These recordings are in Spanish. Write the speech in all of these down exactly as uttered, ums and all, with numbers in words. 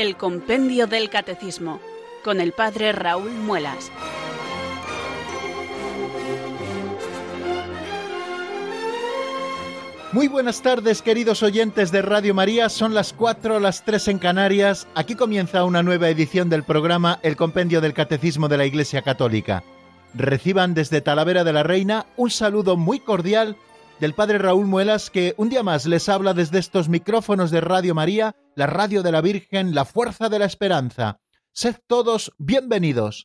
El Compendio del Catecismo, con el Padre Raúl Muelas. Muy buenas tardes, queridos oyentes de Radio María. Son las cuatro, las tres en Canarias. Aquí comienza una nueva edición del programa El Compendio del Catecismo de la Iglesia Católica. Reciban desde Talavera de la Reina un saludo muy cordial del Padre Raúl Muelas, que un día más les habla desde estos micrófonos de Radio María, la radio de la Virgen, la fuerza de la esperanza. Sed todos bienvenidos.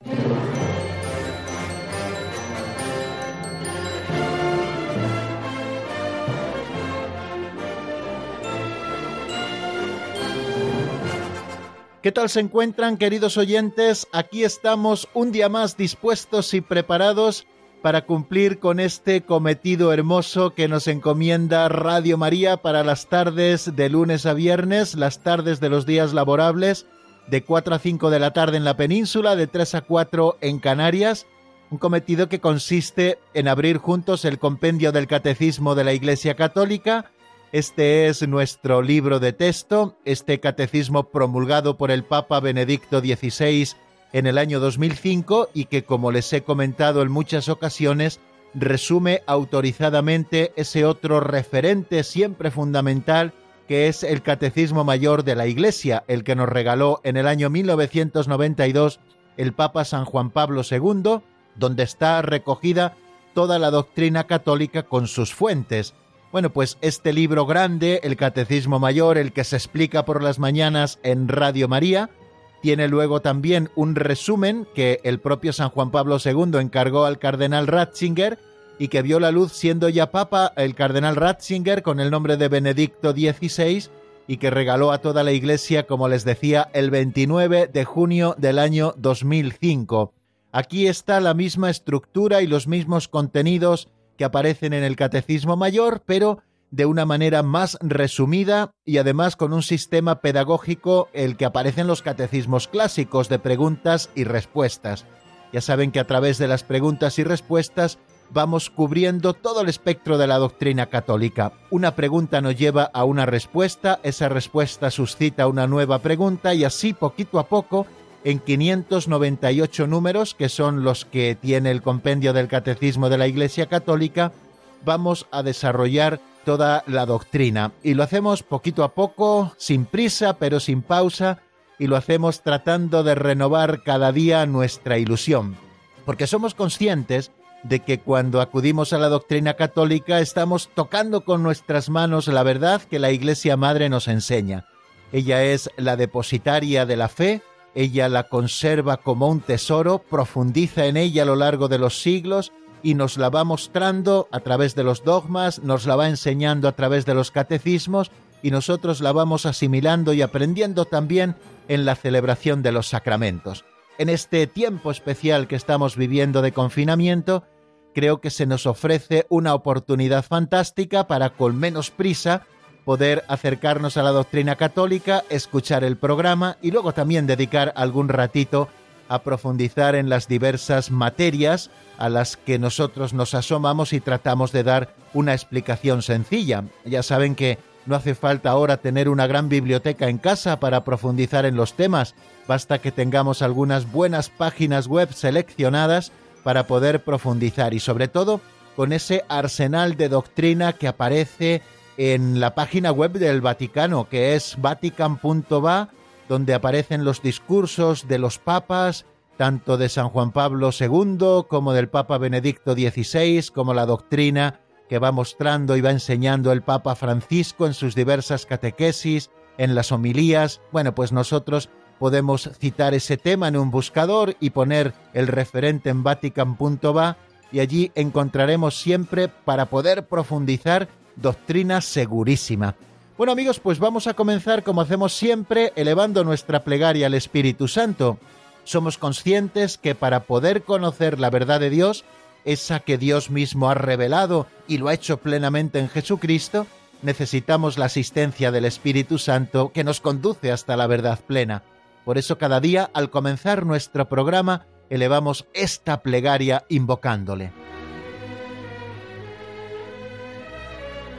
¿Qué tal se encuentran, queridos oyentes? Aquí estamos un día más dispuestos y preparados para cumplir con este cometido hermoso que nos encomienda Radio María para las tardes de lunes a viernes, las tardes de los días laborables, de cuatro a cinco de la tarde en la península, de tres a cuatro en Canarias. Un cometido que consiste en abrir juntos el compendio del Catecismo de la Iglesia Católica. Este es nuestro libro de texto, este catecismo promulgado por el Papa Benedicto dieciséis en el año dos mil cinco y que, como les he comentado en muchas ocasiones, resume autorizadamente ese otro referente siempre fundamental que es el Catecismo Mayor de la Iglesia, el que nos regaló en el año mil novecientos noventa y dos el Papa San Juan Pablo segundo, donde está recogida toda la doctrina católica con sus fuentes. Bueno, pues este libro grande, el Catecismo Mayor, el que se explica por las mañanas en Radio María, tiene luego también un resumen que el propio San Juan Pablo segundo encargó al cardenal Ratzinger y que vio la luz siendo ya papa el cardenal Ratzinger con el nombre de Benedicto dieciséis y que regaló a toda la Iglesia, como les decía, el veintinueve de junio del año dos mil cinco. Aquí está la misma estructura y los mismos contenidos que aparecen en el Catecismo Mayor, pero de una manera más resumida y además con un sistema pedagógico el que aparece en los catecismos clásicos de preguntas y respuestas. Ya saben que a través de las preguntas y respuestas vamos cubriendo todo el espectro de la doctrina católica. Una pregunta nos lleva a una respuesta, esa respuesta suscita una nueva pregunta y así poquito a poco, en quinientos noventa y ocho números, que son los que tiene el compendio del Catecismo de la Iglesia Católica, vamos a desarrollar toda la doctrina. Y lo hacemos poquito a poco, sin prisa, pero sin pausa, y lo hacemos tratando de renovar cada día nuestra ilusión. Porque somos conscientes de que cuando acudimos a la doctrina católica estamos tocando con nuestras manos la verdad que la Iglesia Madre nos enseña. Ella es la depositaria de la fe. Ella la conserva como un tesoro, profundiza en ella a lo largo de los siglos y nos la va mostrando a través de los dogmas, nos la va enseñando a través de los catecismos y nosotros la vamos asimilando y aprendiendo también en la celebración de los sacramentos. En este tiempo especial que estamos viviendo de confinamiento, creo que se nos ofrece una oportunidad fantástica para, con menos prisa, poder acercarnos a la doctrina católica, escuchar el programa y luego también dedicar algún ratito a profundizar en las diversas materias a las que nosotros nos asomamos y tratamos de dar una explicación sencilla. Ya saben que no hace falta ahora tener una gran biblioteca en casa para profundizar en los temas, basta que tengamos algunas buenas páginas web seleccionadas para poder profundizar y sobre todo con ese arsenal de doctrina que aparece en la página web del Vaticano, que es vatican punto va, donde aparecen los discursos de los papas, tanto de San Juan Pablo segundo como del Papa Benedicto dieciséis, como la doctrina que va mostrando y va enseñando el Papa Francisco en sus diversas catequesis, en las homilías. Bueno, pues nosotros podemos citar ese tema en un buscador y poner el referente en vatican punto va y allí encontraremos siempre para poder profundizar doctrina segurísima. Bueno, amigos, pues vamos a comenzar como hacemos siempre, elevando nuestra plegaria al Espíritu Santo. Somos conscientes que para poder conocer la verdad de Dios, esa que Dios mismo ha revelado y lo ha hecho plenamente en Jesucristo, necesitamos la asistencia del Espíritu Santo que nos conduce hasta la verdad plena. Por eso cada día, al comenzar nuestro programa, elevamos esta plegaria invocándole.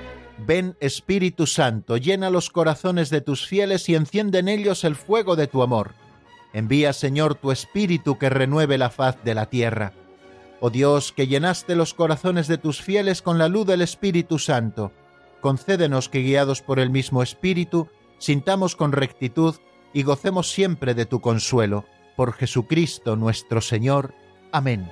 Ven, Espíritu Santo, llena los corazones de tus fieles y enciende en ellos el fuego de tu amor. Envía, Señor, tu Espíritu que renueve la faz de la tierra. Oh Dios, que llenaste los corazones de tus fieles con la luz del Espíritu Santo, concédenos que, guiados por el mismo Espíritu, sintamos con rectitud y gocemos siempre de tu consuelo. Por Jesucristo nuestro Señor. Amén.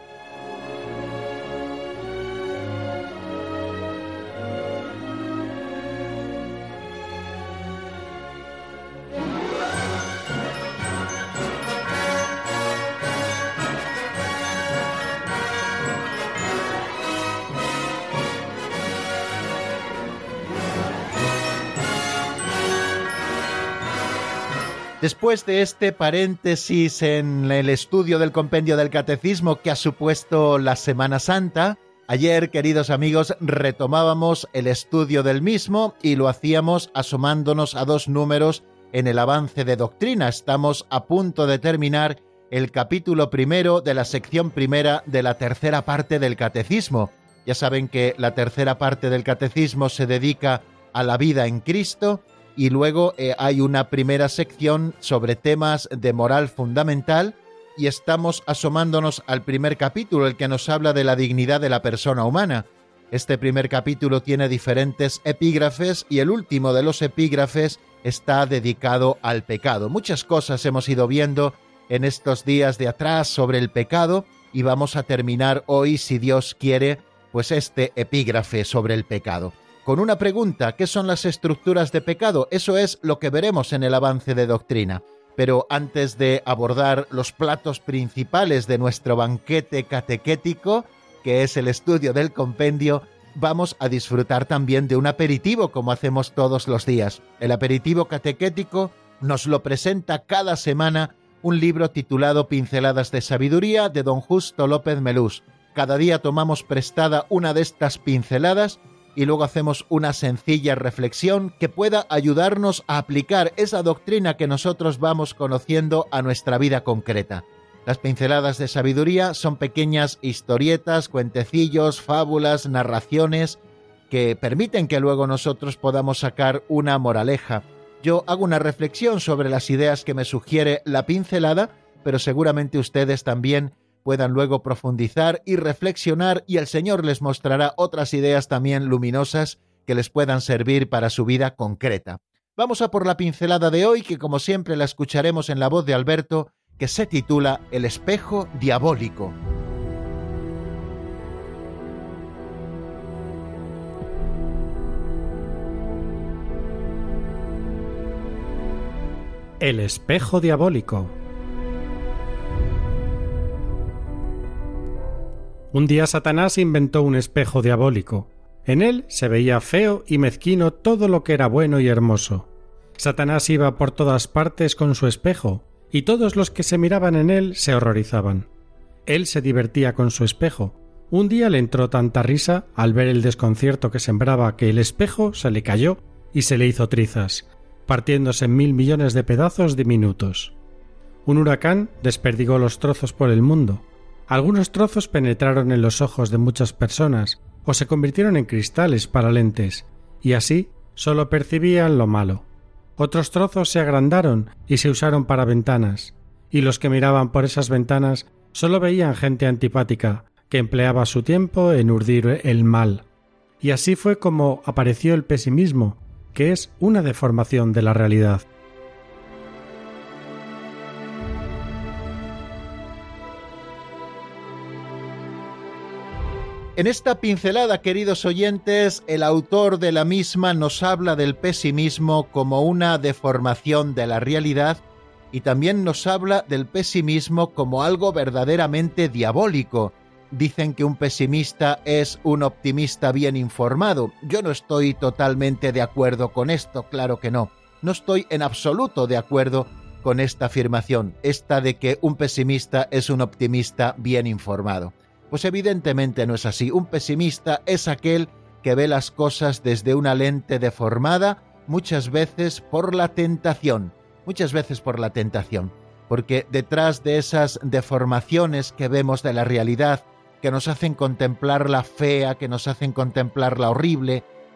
Después de este paréntesis en el estudio del compendio del Catecismo que ha supuesto la Semana Santa, ayer, queridos amigos, retomábamos el estudio del mismo y lo hacíamos asomándonos a dos números en el avance de doctrina. Estamos a punto de terminar el capítulo primero de la sección primera de la tercera parte del Catecismo. Ya saben que la tercera parte del Catecismo se dedica a la vida en Cristo, y luego eh, hay una primera sección sobre temas de moral fundamental y estamos asomándonos al primer capítulo, el que nos habla de la dignidad de la persona humana. Este primer capítulo tiene diferentes epígrafes y el último de los epígrafes está dedicado al pecado. Muchas cosas hemos ido viendo en estos días de atrás sobre el pecado y vamos a terminar hoy, si Dios quiere, pues este epígrafe sobre el pecado. Con una pregunta: ¿qué son las estructuras de pecado? Eso es lo que veremos en el avance de doctrina. Pero antes de abordar los platos principales de nuestro banquete catequético, que es el estudio del compendio, vamos a disfrutar también de un aperitivo, como hacemos todos los días. El aperitivo catequético nos lo presenta cada semana un libro titulado Pinceladas de Sabiduría, de don Justo López Melús. Cada día tomamos prestada una de estas pinceladas y luego hacemos una sencilla reflexión que pueda ayudarnos a aplicar esa doctrina que nosotros vamos conociendo a nuestra vida concreta. Las pinceladas de sabiduría son pequeñas historietas, cuentecillos, fábulas, narraciones que permiten que luego nosotros podamos sacar una moraleja. Yo hago una reflexión sobre las ideas que me sugiere la pincelada, pero seguramente ustedes también puedan luego profundizar y reflexionar, y el Señor les mostrará otras ideas también luminosas que les puedan servir para su vida concreta. Vamos a por la pincelada de hoy, que como siempre la escucharemos en la voz de Alberto, que se titula El espejo diabólico. El espejo diabólico. Un día Satanás inventó un espejo diabólico. En él se veía feo y mezquino todo lo que era bueno y hermoso. Satanás iba por todas partes con su espejo, y todos los que se miraban en él se horrorizaban. Él se divertía con su espejo. Un día le entró tanta risa al ver el desconcierto que sembraba que el espejo se le cayó y se le hizo trizas, partiéndose en mil millones de pedazos diminutos. Un huracán desperdigó los trozos por el mundo. Algunos trozos penetraron en los ojos de muchas personas o se convirtieron en cristales para lentes, y así solo percibían lo malo. Otros trozos se agrandaron y se usaron para ventanas, y los que miraban por esas ventanas solo veían gente antipática que empleaba su tiempo en urdir el mal. Y así fue como apareció el pesimismo, que es una deformación de la realidad. En esta pincelada, queridos oyentes, el autor de la misma nos habla del pesimismo como una deformación de la realidad y también nos habla del pesimismo como algo verdaderamente diabólico. Dicen que un pesimista es un optimista bien informado. Yo no estoy totalmente de acuerdo con esto, claro que no. No estoy en absoluto de acuerdo con esta afirmación, esta de que un pesimista es un optimista bien informado. Pues evidentemente no es así. Un pesimista es aquel que ve las cosas desde una lente deformada, muchas veces por la tentación, muchas veces por la tentación, porque detrás de esas deformaciones que vemos de la realidad, que nos hacen contemplarla fea, que nos hacen contemplarla horrible,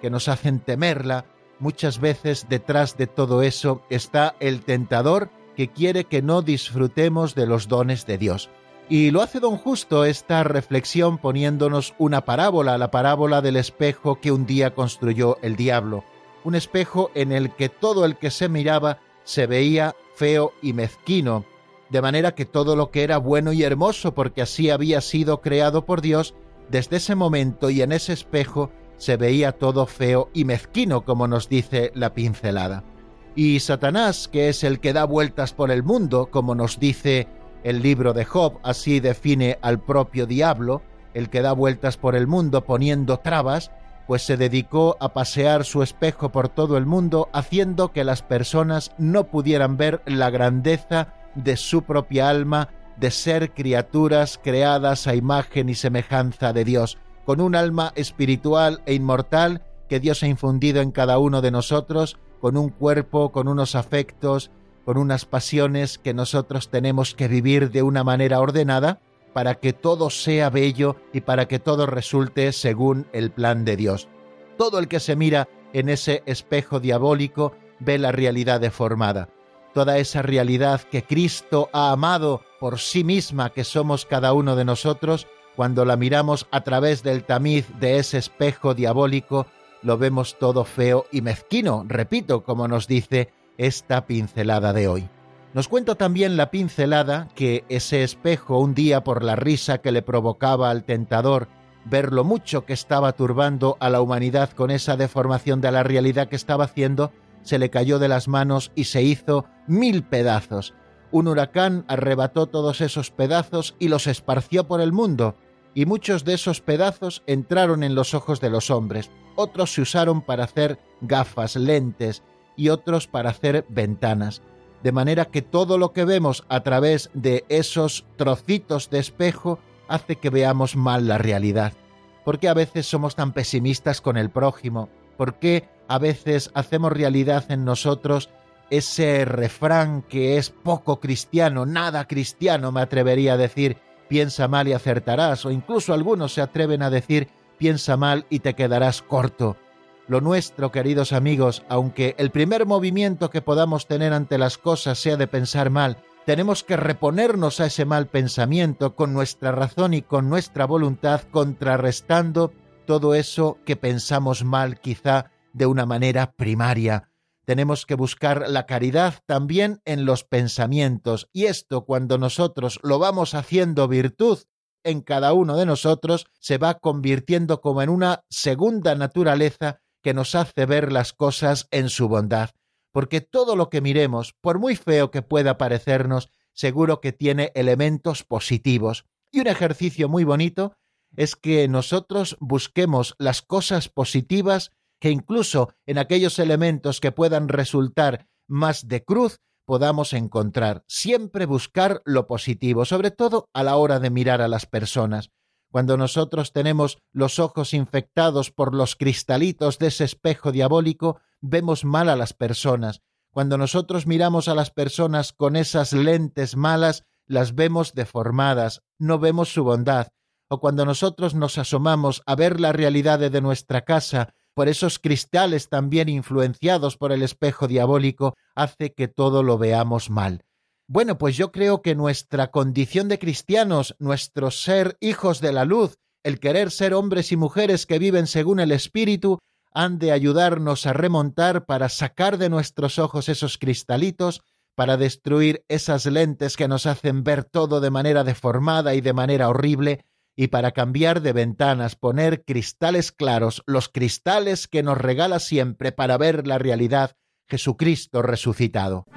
que nos hacen temerla, muchas veces detrás de todo eso está el tentador que quiere que no disfrutemos de los dones de Dios. Y lo hace don Justo esta reflexión poniéndonos una parábola, la parábola del espejo que un día construyó el diablo. Un espejo en el que todo el que se miraba se veía feo y mezquino, de manera que todo lo que era bueno y hermoso, porque así había sido creado por Dios, desde ese momento y en ese espejo se veía todo feo y mezquino, como nos dice la pincelada. Y Satanás, que es el que da vueltas por el mundo, como nos dice el libro de Job, así define al propio diablo, el que da vueltas por el mundo poniendo trabas, pues se dedicó a pasear su espejo por todo el mundo, haciendo que las personas no pudieran ver la grandeza de su propia alma, de ser criaturas creadas a imagen y semejanza de Dios, con un alma espiritual e inmortal que Dios ha infundido en cada uno de nosotros, con un cuerpo, con unos afectos, con unas pasiones que nosotros tenemos que vivir de una manera ordenada para que todo sea bello y para que todo resulte según el plan de Dios. Todo el que se mira en ese espejo diabólico ve la realidad deformada. Toda esa realidad que Cristo ha amado por sí misma, que somos cada uno de nosotros, cuando la miramos a través del tamiz de ese espejo diabólico, lo vemos todo feo y mezquino, repito, como nos dice esta pincelada de hoy. Nos cuenta también la pincelada que ese espejo, un día por la risa que le provocaba al tentador ver lo mucho que estaba turbando a la humanidad con esa deformación de la realidad que estaba haciendo, se le cayó de las manos y se hizo mil pedazos. Un huracán arrebató todos esos pedazos y los esparció por el mundo, y muchos de esos pedazos entraron en los ojos de los hombres. Otros se usaron para hacer gafas, lentes, y otros para hacer ventanas. De manera que todo lo que vemos a través de esos trocitos de espejo hace que veamos mal la realidad. ¿Por qué a veces somos tan pesimistas con el prójimo? ¿Por qué a veces hacemos realidad en nosotros ese refrán que es poco cristiano, nada cristiano, me atrevería a decir, piensa mal y acertarás, o incluso algunos se atreven a decir, piensa mal y te quedarás corto? Lo nuestro, queridos amigos, aunque el primer movimiento que podamos tener ante las cosas sea de pensar mal, tenemos que reponernos a ese mal pensamiento con nuestra razón y con nuestra voluntad, contrarrestando todo eso que pensamos mal quizá de una manera primaria. Tenemos que buscar la caridad también en los pensamientos, y esto, cuando nosotros lo vamos haciendo virtud en cada uno de nosotros, se va convirtiendo como en una segunda naturaleza que nos hace ver las cosas en su bondad, porque todo lo que miremos, por muy feo que pueda parecernos, seguro que tiene elementos positivos. Y un ejercicio muy bonito es que nosotros busquemos las cosas positivas que incluso en aquellos elementos que puedan resultar más de cruz, podamos encontrar. Siempre buscar lo positivo, sobre todo a la hora de mirar a las personas. Cuando nosotros tenemos los ojos infectados por los cristalitos de ese espejo diabólico, vemos mal a las personas. Cuando nosotros miramos a las personas con esas lentes malas, las vemos deformadas, no vemos su bondad. O cuando nosotros nos asomamos a ver la realidad de nuestra casa, por esos cristales también influenciados por el espejo diabólico, hace que todo lo veamos mal. Bueno, pues yo creo que nuestra condición de cristianos, nuestro ser hijos de la luz, el querer ser hombres y mujeres que viven según el Espíritu, han de ayudarnos a remontar para sacar de nuestros ojos esos cristalitos, para destruir esas lentes que nos hacen ver todo de manera deformada y de manera horrible, y para cambiar de ventanas, poner cristales claros, los cristales que nos regala siempre para ver la realidad, Jesucristo resucitado.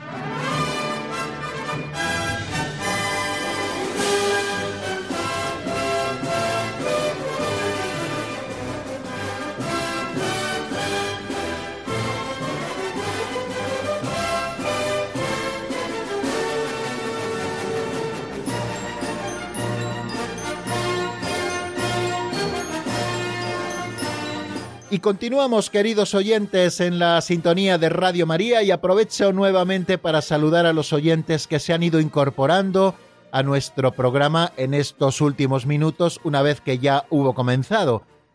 Y continuamos, queridos oyentes, en la sintonía de Radio María, y aprovecho nuevamente para saludar a los oyentes que se han ido incorporando a nuestro programa en estos últimos minutos, una vez que ya hubo comenzado.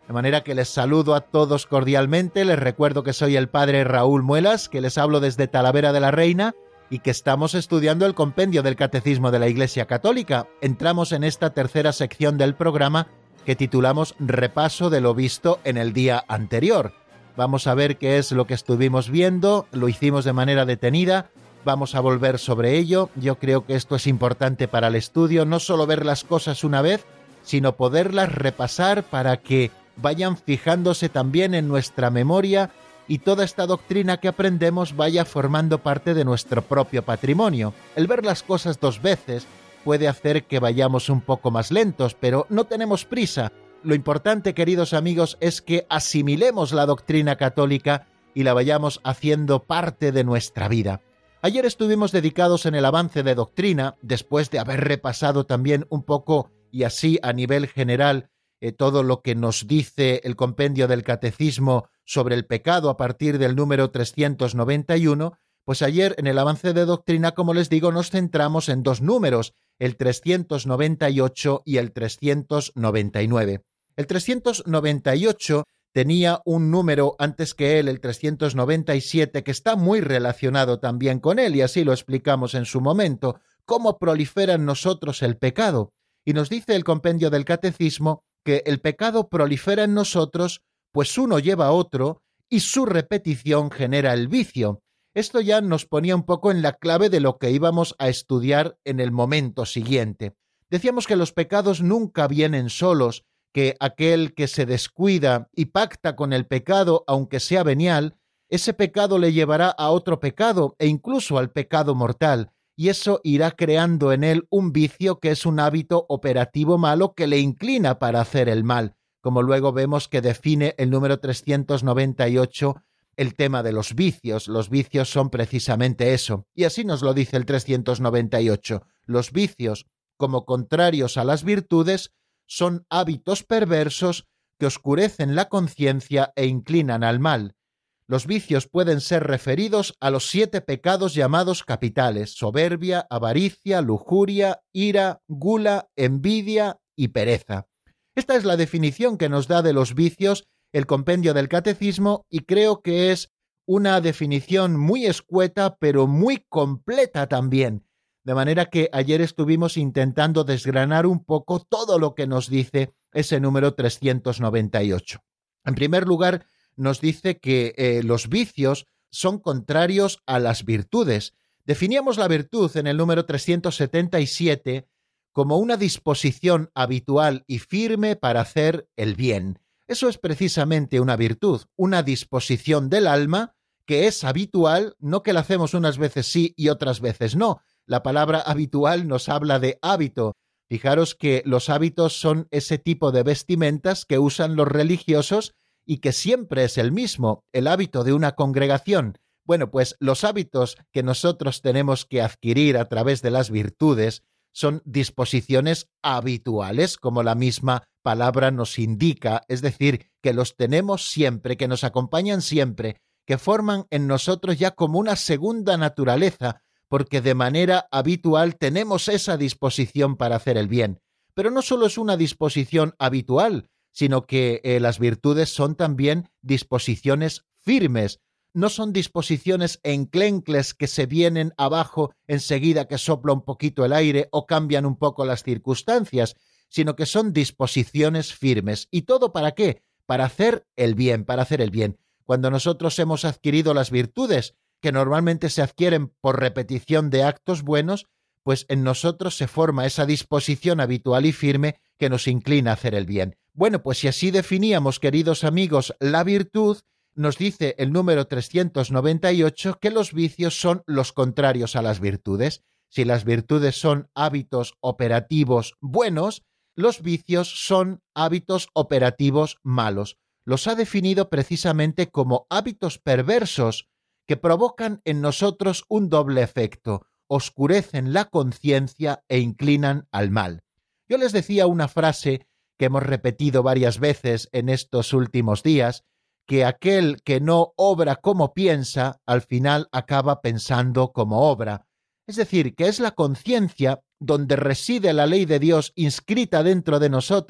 De manera que les saludo a todos cordialmente, les recuerdo que soy el padre Raúl Muelas, que les hablo desde Talavera de la Reina y que estamos estudiando el compendio del Catecismo de la Iglesia Católica. Entramos en esta tercera sección del programa que titulamos Repaso de lo visto en el día anterior. Vamos a ver qué es lo que estuvimos viendo, lo hicimos de manera detenida, vamos a volver sobre ello. Yo creo que esto es importante para el estudio, no solo ver las cosas una vez, sino poderlas repasar para que vayan fijándose también en nuestra memoria y toda esta doctrina que aprendemos vaya formando parte de nuestro propio patrimonio. El ver las cosas dos veces puede hacer que vayamos un poco más lentos, pero no tenemos prisa. Lo importante, queridos amigos, es que asimilemos la doctrina católica y la vayamos haciendo parte de nuestra vida. Ayer estuvimos dedicados en el avance de doctrina, después de haber repasado también un poco y así a nivel general Eh, todo lo que nos dice el compendio del Catecismo sobre el pecado a partir del número trescientos noventa y uno, pues ayer en el avance de doctrina, como les digo, nos centramos en dos números, el trescientos noventa y ocho y el trescientos noventa y nueve. El trescientos noventa y ocho tenía un número antes que él, el trescientos noventa y siete, que está muy relacionado también con él, y así lo explicamos en su momento, cómo prolifera en nosotros el pecado. Y nos dice el compendio del Catecismo que el pecado prolifera en nosotros, pues uno lleva a otro y su repetición genera el vicio. Esto ya nos ponía un poco en la clave de lo que íbamos a estudiar en el momento siguiente. Decíamos que los pecados nunca vienen solos, que aquel que se descuida y pacta con el pecado, aunque sea venial, ese pecado le llevará a otro pecado e incluso al pecado mortal. Y eso irá creando en él un vicio que es un hábito operativo malo que le inclina para hacer el mal, como luego vemos que define el número trescientos noventa y ocho el tema de los vicios. Los vicios son precisamente eso, y así nos lo dice el trescientos noventa y ocho. Los vicios, como contrarios a las virtudes, son hábitos perversos que oscurecen la conciencia e inclinan al mal. Los vicios pueden ser referidos a los siete pecados llamados capitales: soberbia, avaricia, lujuria, ira, gula, envidia y pereza. Esta es la definición que nos da de los vicios el compendio del Catecismo, y creo que es una definición muy escueta, pero muy completa también. De manera que ayer estuvimos intentando desgranar un poco todo lo que nos dice ese número trescientos noventa y ocho. En primer lugar, nos dice que eh, los vicios son contrarios a las virtudes. Definíamos la virtud en el número trescientos setenta y siete como una disposición habitual y firme para hacer el bien. Eso es precisamente una virtud, una disposición del alma que es habitual, no que la hacemos unas veces sí y otras veces no. La palabra habitual nos habla de hábito. Fijaros que los hábitos son ese tipo de vestimentas que usan los religiosos y que siempre es el mismo, el hábito de una congregación. Bueno, pues los hábitos que nosotros tenemos que adquirir a través de las virtudes son disposiciones habituales, como la misma palabra nos indica, es decir, que los tenemos siempre, que nos acompañan siempre, que forman en nosotros ya como una segunda naturaleza, porque de manera habitual tenemos esa disposición para hacer el bien. Pero no solo es una disposición habitual, sino que eh, las virtudes son también disposiciones firmes. No son disposiciones enclencles que se vienen abajo enseguida que sopla un poquito el aire o cambian un poco las circunstancias, sino que son disposiciones firmes. ¿Y todo para qué? Para hacer el bien, para hacer el bien. Cuando nosotros hemos adquirido las virtudes, que normalmente se adquieren por repetición de actos buenos, pues en nosotros se forma esa disposición habitual y firme que nos inclina a hacer el bien. Bueno, pues si así definíamos, queridos amigos, la virtud, nos dice el número trescientos noventa y ocho que los vicios son los contrarios a las virtudes. Si las virtudes son hábitos operativos buenos, los vicios son hábitos operativos malos. Los ha definido precisamente como hábitos perversos que provocan en nosotros un doble efecto: oscurecen la conciencia e inclinan al mal. Yo les decía una frase que hemos repetido varias veces en estos últimos días, que aquel que no obra como piensa, al final acaba pensando como obra. Es decir, que es la conciencia donde reside la ley de Dios inscrita dentro de nosotros,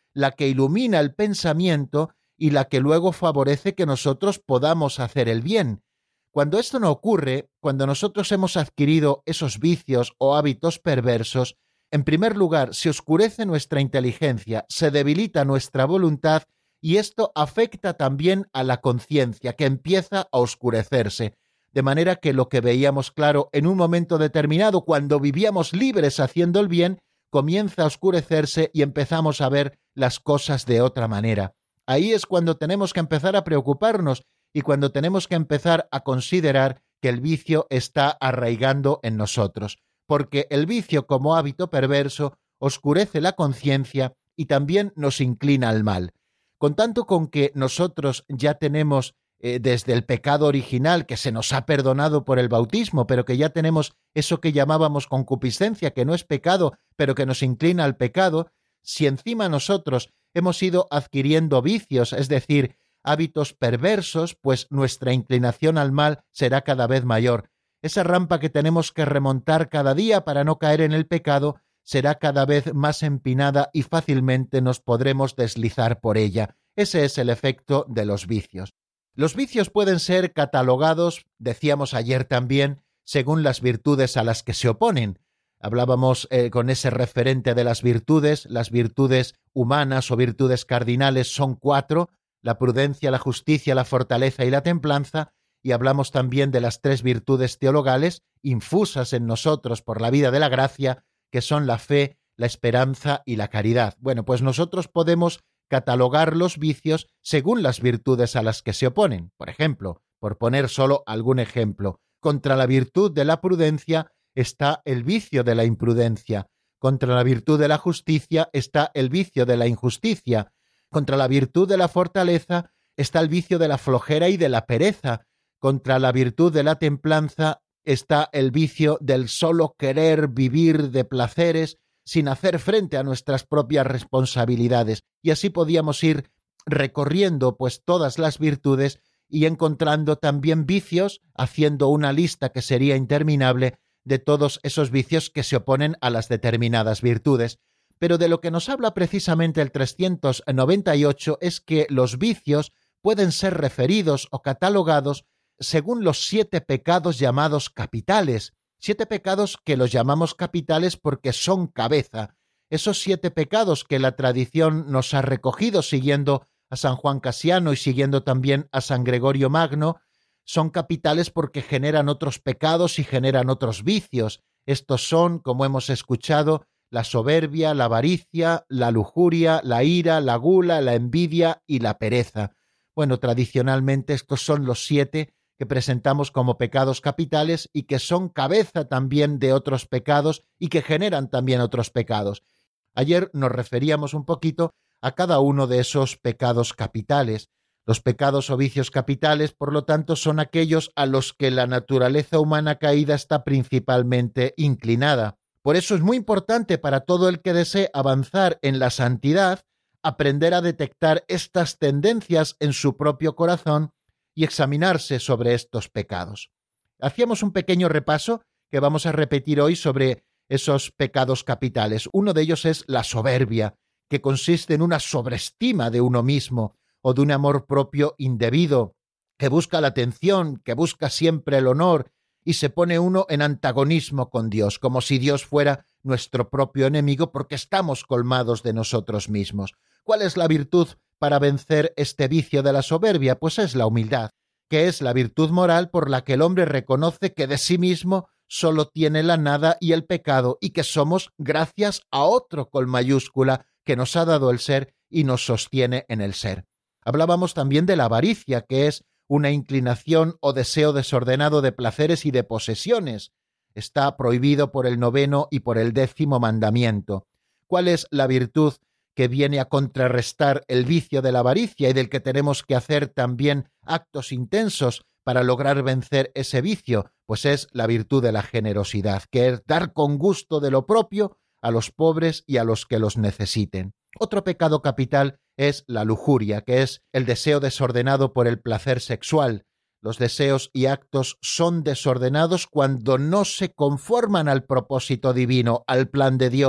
la que ilumina el pensamiento y la que luego favorece que nosotros podamos hacer el bien. Cuando esto no ocurre, cuando nosotros hemos adquirido esos vicios o hábitos perversos, en primer lugar, se oscurece nuestra inteligencia, se debilita nuestra voluntad y esto afecta también a la conciencia, que empieza a oscurecerse. De manera que lo que veíamos claro en un momento determinado, cuando vivíamos libres haciendo el bien, comienza a oscurecerse y empezamos a ver las cosas de otra manera. Ahí es cuando tenemos que empezar a preocuparnos y cuando tenemos que empezar a considerar que el vicio está arraigando en nosotros, porque el vicio como hábito perverso oscurece la conciencia y también nos inclina al mal. Con tanto con que nosotros ya tenemos eh, desde el pecado original que se nos ha perdonado por el bautismo, pero que ya tenemos eso que llamábamos concupiscencia, que no es pecado, pero que nos inclina al pecado, si encima nosotros hemos ido adquiriendo vicios, es decir, hábitos perversos, pues nuestra inclinación al mal será cada vez mayor. Esa rampa que tenemos que remontar cada día para no caer en el pecado será cada vez más empinada y fácilmente nos podremos deslizar por ella. Ese es el efecto de los vicios. Los vicios pueden ser catalogados, decíamos ayer también, según las virtudes a las que se oponen. Hablábamos eh, con ese referente de las virtudes. Las virtudes humanas o virtudes cardinales son cuatro: la prudencia, la justicia, la fortaleza y la templanza, y hablamos también de las tres virtudes teologales infusas en nosotros por la vida de la gracia, que son la fe, la esperanza y la caridad. Bueno, pues nosotros podemos catalogar los vicios según las virtudes a las que se oponen. Por ejemplo, por poner solo algún ejemplo, contra la virtud de la prudencia está el vicio de la imprudencia, contra la virtud de la justicia está el vicio de la injusticia, contra la virtud de la fortaleza está el vicio de la flojera y de la pereza, contra la virtud de la templanza está el vicio del solo querer vivir de placeres sin hacer frente a nuestras propias responsabilidades. Y así podíamos ir recorriendo pues todas las virtudes y encontrando también vicios, haciendo una lista que sería interminable de todos esos vicios que se oponen a las determinadas virtudes. Pero de lo que nos habla precisamente el trescientos noventa y ocho es que los vicios pueden ser referidos o catalogados según los siete pecados llamados capitales. Siete pecados que los llamamos capitales porque son cabeza. Esos siete pecados que la tradición nos ha recogido siguiendo a San Juan Casiano y siguiendo también a San Gregorio Magno, son capitales porque generan otros pecados y generan otros vicios. Estos son, como hemos escuchado, la soberbia, la avaricia, la lujuria, la ira, la gula, la envidia y la pereza. Bueno, tradicionalmente estos son los siete que presentamos como pecados capitales y que son cabeza también de otros pecados y que generan también otros pecados. Ayer nos referíamos un poquito a cada uno de esos pecados capitales. Los pecados o vicios capitales, por lo tanto, son aquellos a los que la naturaleza humana caída está principalmente inclinada. Por eso es muy importante para todo el que desee avanzar en la santidad aprender a detectar estas tendencias en su propio corazón y examinarse sobre estos pecados. Hacíamos un pequeño repaso que vamos a repetir hoy sobre esos pecados capitales. Uno de ellos es la soberbia, que consiste en una sobreestima de uno mismo o de un amor propio indebido, que busca la atención, que busca siempre el honor y se pone uno en antagonismo con Dios, como si Dios fuera nuestro propio enemigo porque estamos colmados de nosotros mismos. ¿Cuál es la virtud para vencer este vicio de la soberbia? Pues es la humildad, que es la virtud moral por la que el hombre reconoce que de sí mismo solo tiene la nada y el pecado y que somos gracias a otro con mayúscula que nos ha dado el ser y nos sostiene en el ser. Hablábamos también de la avaricia, que es una inclinación o deseo desordenado de placeres y de posesiones. Está prohibido por el noveno y por el décimo mandamiento. ¿Cuál es la virtud que viene a contrarrestar el vicio de la avaricia y del que tenemos que hacer también actos intensos para lograr vencer ese vicio? Pues es la virtud de la generosidad, que es dar con gusto de lo propio a los pobres y a los que los necesiten. Otro pecado capital es la lujuria, que es el deseo desordenado por el placer sexual. Los deseos y actos son desordenados cuando no se conforman al propósito divino, al plan de Dios,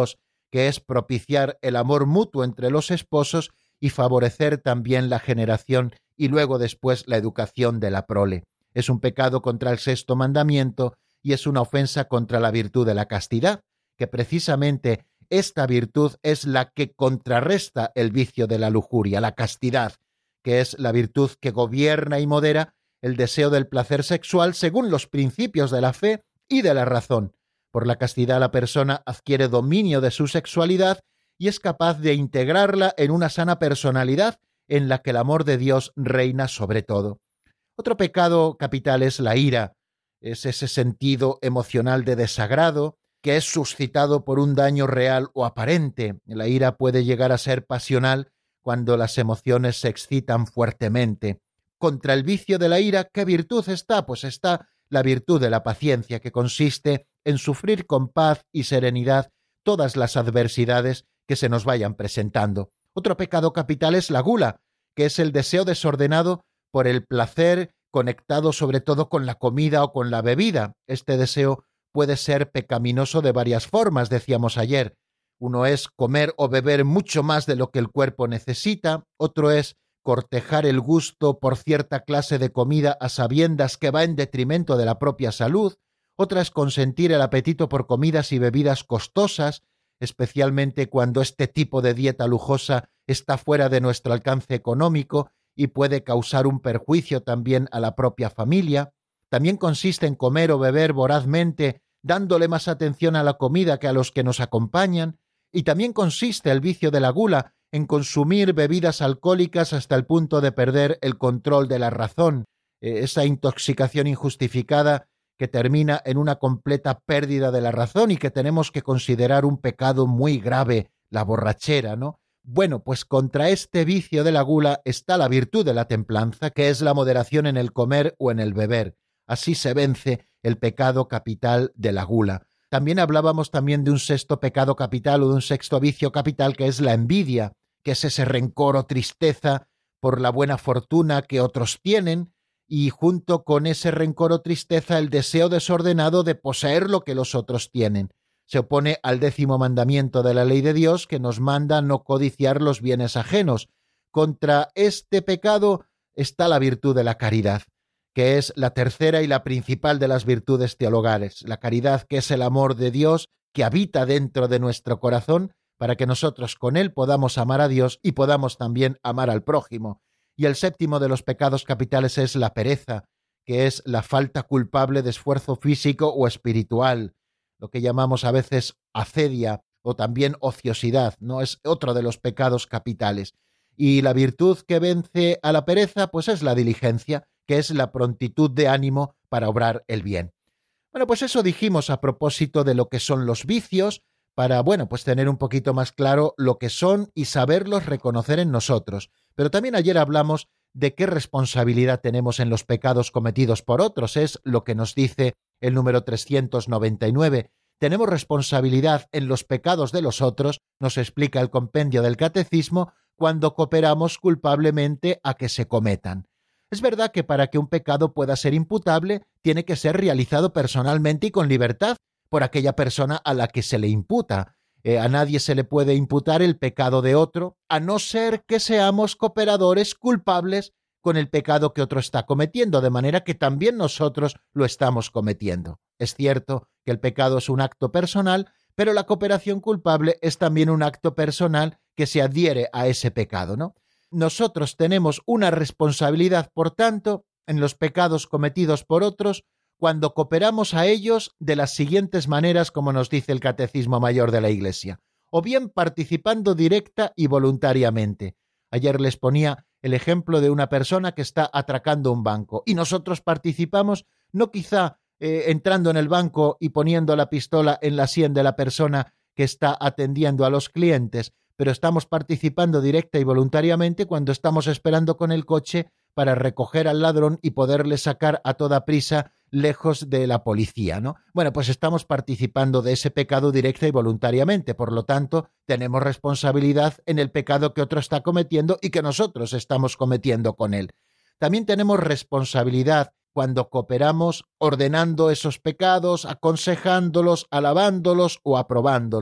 que es propiciar el amor mutuo entre los esposos y favorecer también la generación y luego después la educación de la prole. Es un pecado contra el sexto mandamiento y es una ofensa contra la virtud de la castidad, que precisamente esta virtud es la que contrarresta el vicio de la lujuria, la castidad, que es la virtud que gobierna y modera el deseo del placer sexual según los principios de la fe y de la razón. Por la castidad la persona adquiere dominio de su sexualidad y es capaz de integrarla en una sana personalidad en la que el amor de Dios reina sobre todo. Otro pecado capital es la ira, es ese sentido emocional de desagrado que es suscitado por un daño real o aparente. La ira puede llegar a ser pasional cuando las emociones se excitan fuertemente. Contra el vicio de la ira, ¿qué virtud está? Pues está la virtud de la paciencia, que consiste en sufrir con paz y serenidad todas las adversidades que se nos vayan presentando. Otro pecado capital es la gula, que es el deseo desordenado por el placer conectado sobre todo con la comida o con la bebida. Este deseo puede ser pecaminoso de varias formas, decíamos ayer. Uno es comer o beber mucho más de lo que el cuerpo necesita, otro es cortejar el gusto por cierta clase de comida a sabiendas que va en detrimento de la propia salud, otra es consentir el apetito por comidas y bebidas costosas, especialmente cuando este tipo de dieta lujosa está fuera de nuestro alcance económico y puede causar un perjuicio también a la propia familia. También consiste en comer o beber vorazmente, dándole más atención a la comida que a los que nos acompañan, y también consiste el vicio de la gula en consumir bebidas alcohólicas hasta el punto de perder el control de la razón, eh, esa intoxicación injustificada que termina en una completa pérdida de la razón y que tenemos que considerar un pecado muy grave, la borrachera, ¿no? Bueno, pues contra este vicio de la gula está la virtud de la templanza, que es la moderación en el comer o en el beber. Así se vence el pecado capital de la gula. También hablábamos también de un sexto pecado capital o de un sexto vicio capital, que es la envidia, que es ese rencor o tristeza por la buena fortuna que otros tienen, y junto con ese rencor o tristeza el deseo desordenado de poseer lo que los otros tienen. Se opone al décimo mandamiento de la ley de Dios, que nos manda no codiciar los bienes ajenos. Contra este pecado está la virtud de la caridad, que es la tercera y la principal de las virtudes teologales. La caridad, que es el amor de Dios que habita dentro de nuestro corazón para que nosotros con él podamos amar a Dios y podamos también amar al prójimo. Y el séptimo de los pecados capitales es la pereza, que es la falta culpable de esfuerzo físico o espiritual, lo que llamamos a veces acedia o también ociosidad, ¿no? Es otro de los pecados capitales. Y la virtud que vence a la pereza, pues es la diligencia, que es la prontitud de ánimo para obrar el bien. Bueno, pues eso dijimos a propósito de lo que son los vicios, para, bueno, pues tener un poquito más claro lo que son y saberlos reconocer en nosotros. Pero también ayer hablamos de qué responsabilidad tenemos en los pecados cometidos por otros, es lo que nos dice el número trescientos noventa y nueve. Tenemos responsabilidad en los pecados de los otros, nos explica el compendio del Catecismo, cuando cooperamos culpablemente a que se cometan. Es verdad que para que un pecado pueda ser imputable, tiene que ser realizado personalmente y con libertad por aquella persona a la que se le imputa. Eh, a nadie se le puede imputar el pecado de otro, a no ser que seamos cooperadores culpables con el pecado que otro está cometiendo, de manera que también nosotros lo estamos cometiendo. Es cierto que el pecado es un acto personal, pero la cooperación culpable es también un acto personal que se adhiere a ese pecado, ¿no? Nosotros tenemos una responsabilidad, por tanto, en los pecados cometidos por otros, cuando cooperamos a ellos de las siguientes maneras, como nos dice el Catecismo Mayor de la Iglesia, o bien participando directa y voluntariamente. Ayer les ponía el ejemplo de una persona que está atracando un banco y nosotros participamos, no quizá eh, entrando en el banco y poniendo la pistola en la sien de la persona que está atendiendo a los clientes, pero estamos participando directa y voluntariamente cuando estamos esperando con el coche para recoger al ladrón y poderle sacar a toda prisa lejos de la policía, ¿no? Bueno, pues estamos participando de ese pecado directa y voluntariamente, por lo tanto, tenemos responsabilidad en el pecado que otro está cometiendo y que nosotros estamos cometiendo con él. También tenemos responsabilidad cuando cooperamos ordenando esos pecados, aconsejándolos, alabándolos o aprobándolos.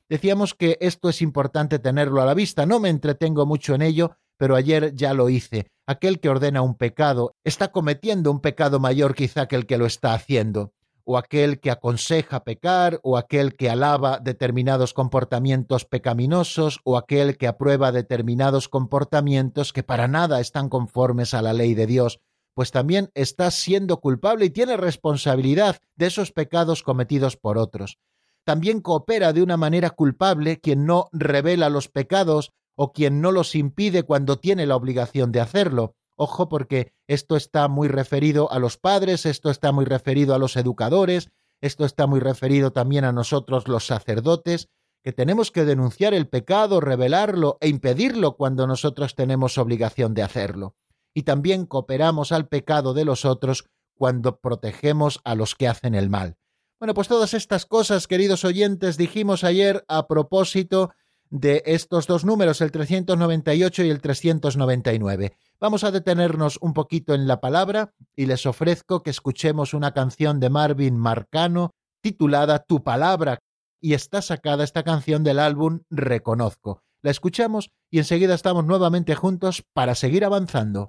Decíamos que esto es importante tenerlo a la vista. No me entretengo mucho en ello, pero ayer ya lo hice. Aquel que ordena un pecado está cometiendo un pecado mayor quizá que el que lo está haciendo. O aquel que aconseja pecar, o aquel que alaba determinados comportamientos pecaminosos, o aquel que aprueba determinados comportamientos que para nada están conformes a la ley de Dios, pues también está siendo culpable y tiene responsabilidad de esos pecados cometidos por otros. También coopera de una manera culpable quien no revela los pecados o quien no los impide cuando tiene la obligación de hacerlo. Ojo, porque esto está muy referido a los padres, esto está muy referido a los educadores, esto está muy referido también a nosotros los sacerdotes, que tenemos que denunciar el pecado, revelarlo e impedirlo cuando nosotros tenemos obligación de hacerlo. Y también cooperamos al pecado de los otros cuando protegemos a los que hacen el mal. Bueno, pues todas estas cosas, queridos oyentes, dijimos ayer a propósito de estos dos números, el trescientos noventa y ocho y el trescientos noventa y nueve. Vamos a detenernos un poquito en la palabra y les ofrezco que escuchemos una canción de Marvin Marcano titulada Tu Palabra, y está sacada esta canción del álbum Reconozco. La escuchamos y enseguida estamos nuevamente juntos para seguir avanzando.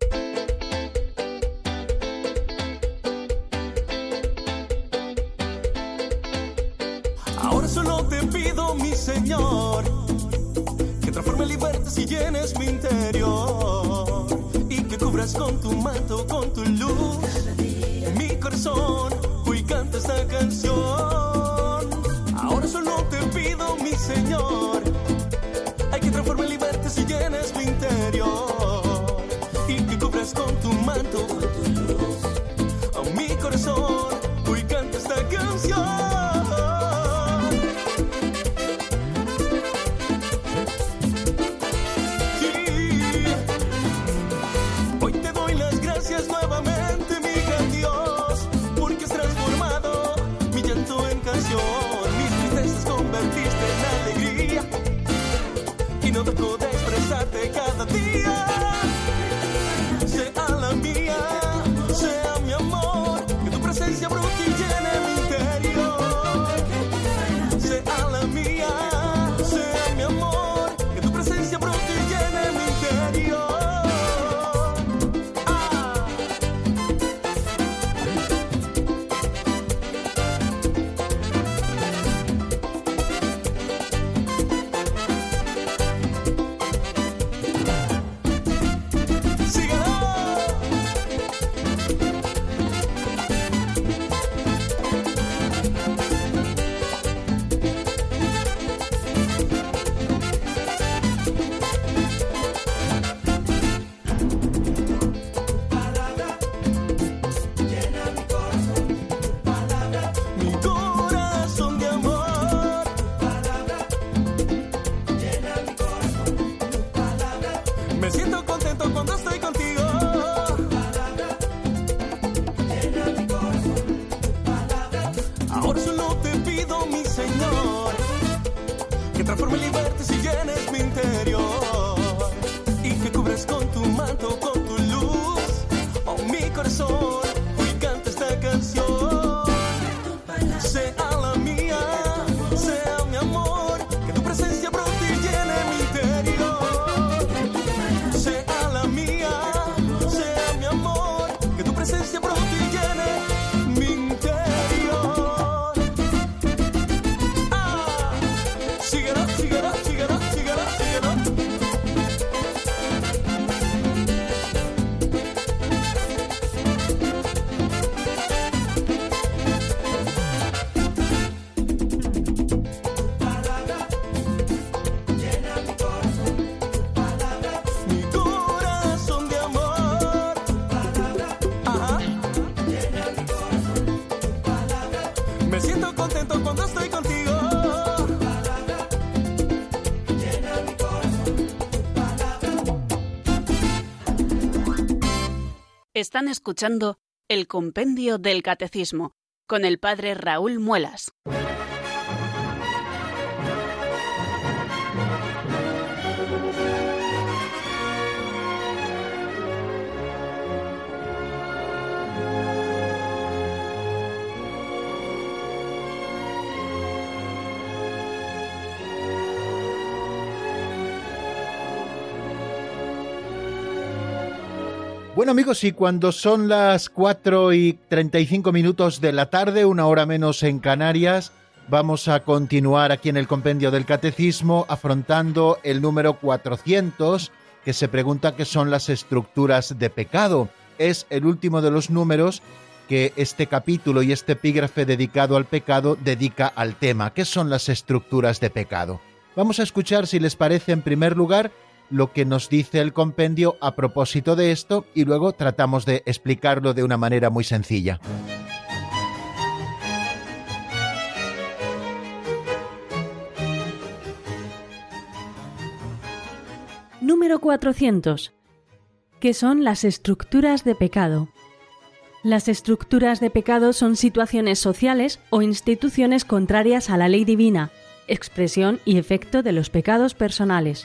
Ahora solo te pido, mi Señor, que transforme, libertes y llenes mi interior, y que cubras con tu manto, con tu luz, mi corazón, hoy canta esta canción. Ahora solo te pido, mi Señor, hay que transforme, libertes y llenes mi interior, y que cubras con tu manto, con tu luz, a mi corazón, hoy canta esta canción. No dejo de expresarte cada día. Sea la mía, sea mi amor, que tu presencia brote y llene mi interior. Sea la mía, sea mi amor, que tu presencia brote y llene mi interior. Ah. Están escuchando el Compendio del Catecismo con el padre Raúl Muelas. Bueno amigos, y cuando son las cuatro y treinta y cinco minutos de la tarde, una hora menos en Canarias, vamos a continuar aquí en el Compendio del Catecismo afrontando el número cuatrocientos, que se pregunta qué son las estructuras de pecado. Es el último de los números que este capítulo y este epígrafe dedicado al pecado dedica al tema. ¿Qué son las estructuras de pecado? Vamos a escuchar, si les parece, en primer lugar, lo que nos dice el compendio a propósito de esto y luego tratamos de explicarlo de una manera muy sencilla. Número cuatrocientos. ¿Qué son las estructuras de pecado? Las estructuras de pecado son situaciones sociales o instituciones contrarias a la ley divina, expresión y efecto de los pecados personales.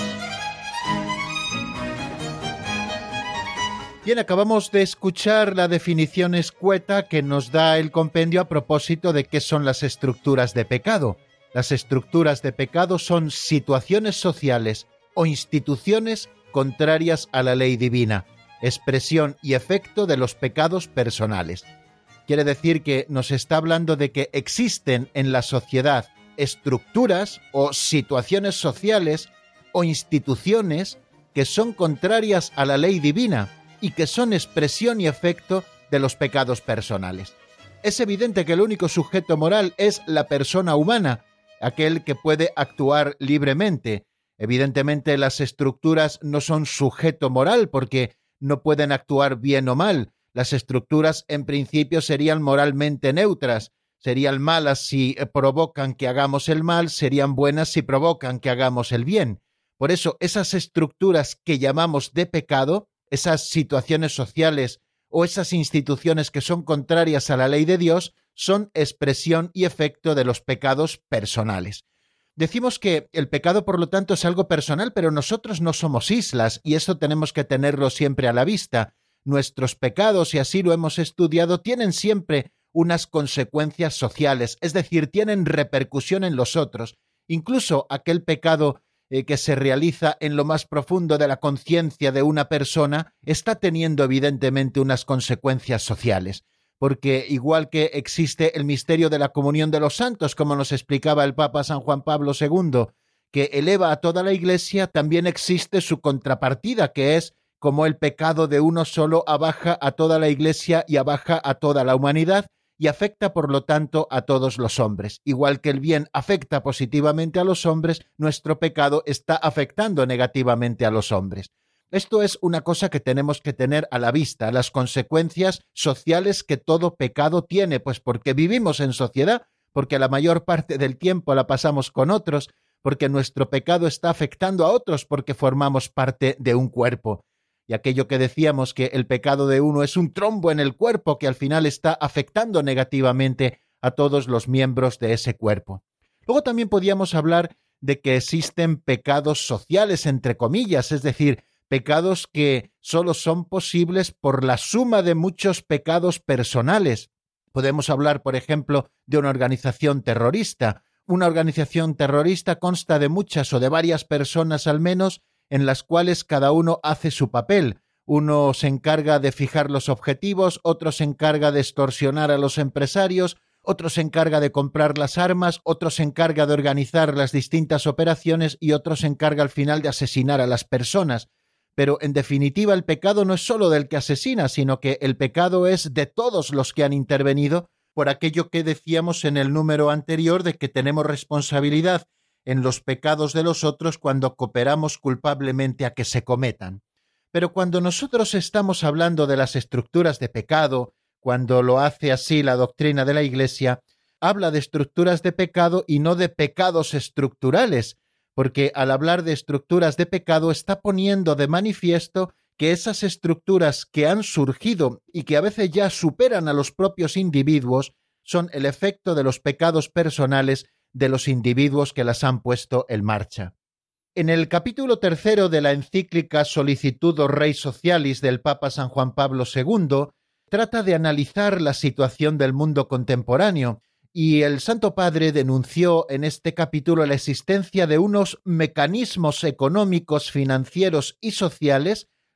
Bien, acabamos de escuchar la definición escueta que nos da el compendio a propósito de qué son las estructuras de pecado. Las estructuras de pecado son situaciones sociales o instituciones contrarias a la ley divina, expresión y efecto de los pecados personales. Quiere decir que nos está hablando de que existen en la sociedad estructuras o situaciones sociales o instituciones que son contrarias a la ley divina y que son expresión y efecto de los pecados personales. Es evidente que el único sujeto moral es la persona humana, aquel que puede actuar libremente. Evidentemente, las estructuras no son sujeto moral porque no pueden actuar bien o mal. Las estructuras, en principio, serían moralmente neutras. Serían malas si provocan que hagamos el mal, serían buenas si provocan que hagamos el bien. Por eso, esas estructuras que llamamos de pecado, esas situaciones sociales o esas instituciones que son contrarias a la ley de Dios, son expresión y efecto de los pecados personales. Decimos que el pecado, por lo tanto, es algo personal, pero nosotros no somos islas, y eso tenemos que tenerlo siempre a la vista. Nuestros pecados, y así lo hemos estudiado, tienen siempre unas consecuencias sociales, es decir, tienen repercusión en los otros. Incluso aquel pecado eh, que se realiza en lo más profundo de la conciencia de una persona está teniendo evidentemente unas consecuencias sociales. Porque igual que existe el misterio de la comunión de los santos, como nos explicaba el Papa San Juan Pablo segundo, que eleva a toda la Iglesia, también existe su contrapartida, que es como el pecado de uno solo abaja a toda la Iglesia y abaja a toda la humanidad y afecta, por lo tanto, a todos los hombres. Igual que el bien afecta positivamente a los hombres, nuestro pecado está afectando negativamente a los hombres. Esto es una cosa que tenemos que tener a la vista, las consecuencias sociales que todo pecado tiene, pues porque vivimos en sociedad, porque la mayor parte del tiempo la pasamos con otros, porque nuestro pecado está afectando a otros, porque formamos parte de un cuerpo. Y aquello que decíamos que el pecado de uno es un trombo en el cuerpo que al final está afectando negativamente a todos los miembros de ese cuerpo. Luego también podíamos hablar de que existen pecados sociales, entre comillas, es decir, pecados que solo son posibles por la suma de muchos pecados personales. Podemos hablar, por ejemplo, de una organización terrorista. Una organización terrorista consta de muchas o de varias personas al menos, en las cuales cada uno hace su papel. Uno se encarga de fijar los objetivos, otro se encarga de extorsionar a los empresarios, otro se encarga de comprar las armas, otro se encarga de organizar las distintas operaciones y otro se encarga al final de asesinar a las personas. Pero, en definitiva, el pecado no es solo del que asesina, sino que el pecado es de todos los que han intervenido por aquello que decíamos en el número anterior de que tenemos responsabilidad en los pecados de los otros cuando cooperamos culpablemente a que se cometan. Pero cuando nosotros estamos hablando de las estructuras de pecado, cuando lo hace así la doctrina de la Iglesia, habla de estructuras de pecado y no de pecados estructurales, porque al hablar de estructuras de pecado está poniendo de manifiesto que esas estructuras que han surgido y que a veces ya superan a los propios individuos son el efecto de los pecados personales de los individuos que las han puesto en marcha. En el capítulo tercero de la encíclica Solicitudo Rei Socialis del Papa San Juan Pablo segundo, trata de analizar la situación del mundo contemporáneo, y el Santo Padre denunció en este capítulo la existencia de unos mecanismos económicos, financieros y sociales,